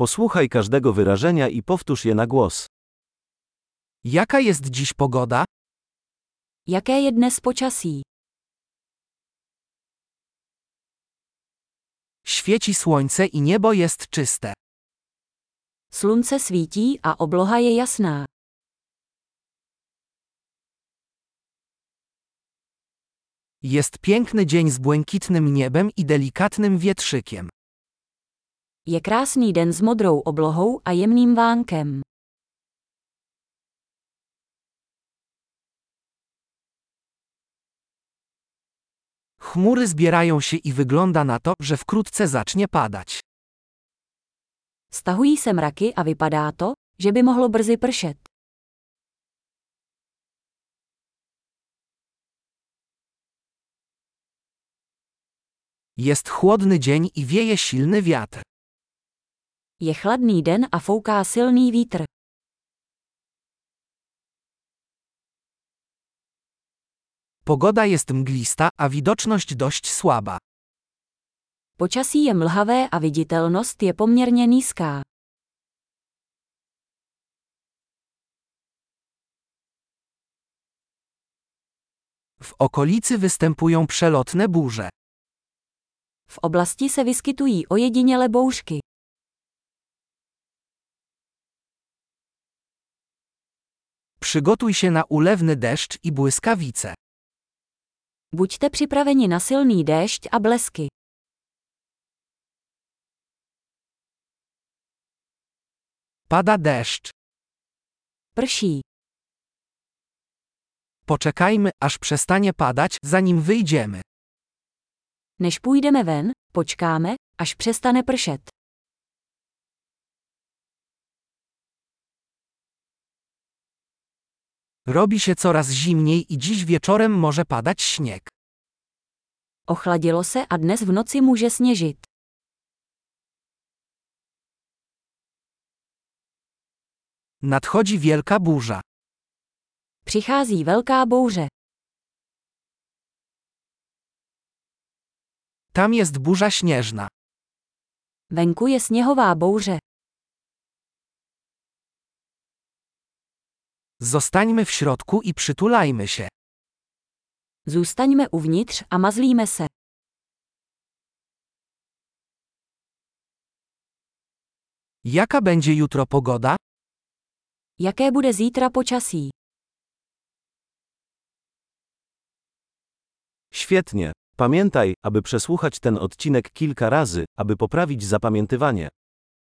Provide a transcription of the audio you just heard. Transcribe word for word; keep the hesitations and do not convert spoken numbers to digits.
Posłuchaj każdego wyrażenia i powtórz je na głos. Jaka jest dziś pogoda? Jaké je dnes počasí? Świeci słońce i niebo jest czyste. Slunce svítí a obloha je jasná. Jest piękny dzień z błękitnym niebem i delikatnym wietrzykiem. Je krásný den s modrou oblohou a jemným vánkem. Chmury zbierają się i wygląda na to, że wkrótce zacznie padać. Stahují se mraky a vypadá to, že by mohlo brzy pršet. Jest chłodny dzień i wieje silny wiatr. Je chladný den a fouká silný vítr. Pogoda jest mglista, a widoczność dość słaba. Počasí je mlhavé a viditelnost je poměrně nízká. W okolicy występują przelotne burze. V oblasti se vyskytují ojedinělé bouřky. Przygotuj się na ulewny deszcz i błyskawice. Buďte připraveni na silný déšť a blesky. Pada deszcz. Prší. Poczekajmy, aż przestanie padać, zanim wyjdziemy. Než půjdeme ven, počkáme, až přestane pršet. Robi się coraz zimniej i dziś wieczorem może padać śnieg. Ochladilo se a dnes v noci může sněžit. Nadchodzi wielka burza. Přichází velká bouře. Tam jest burza śnieżna. Venku je sněhová bouře. Zostańmy w środku i przytulajmy się. Zůstaňme uvnitř a mazlíme se. Jaka będzie jutro pogoda? Jaké bude zítra počasí? Świetnie. Pamiętaj, aby przesłuchać ten odcinek kilka razy, aby poprawić zapamiętywanie.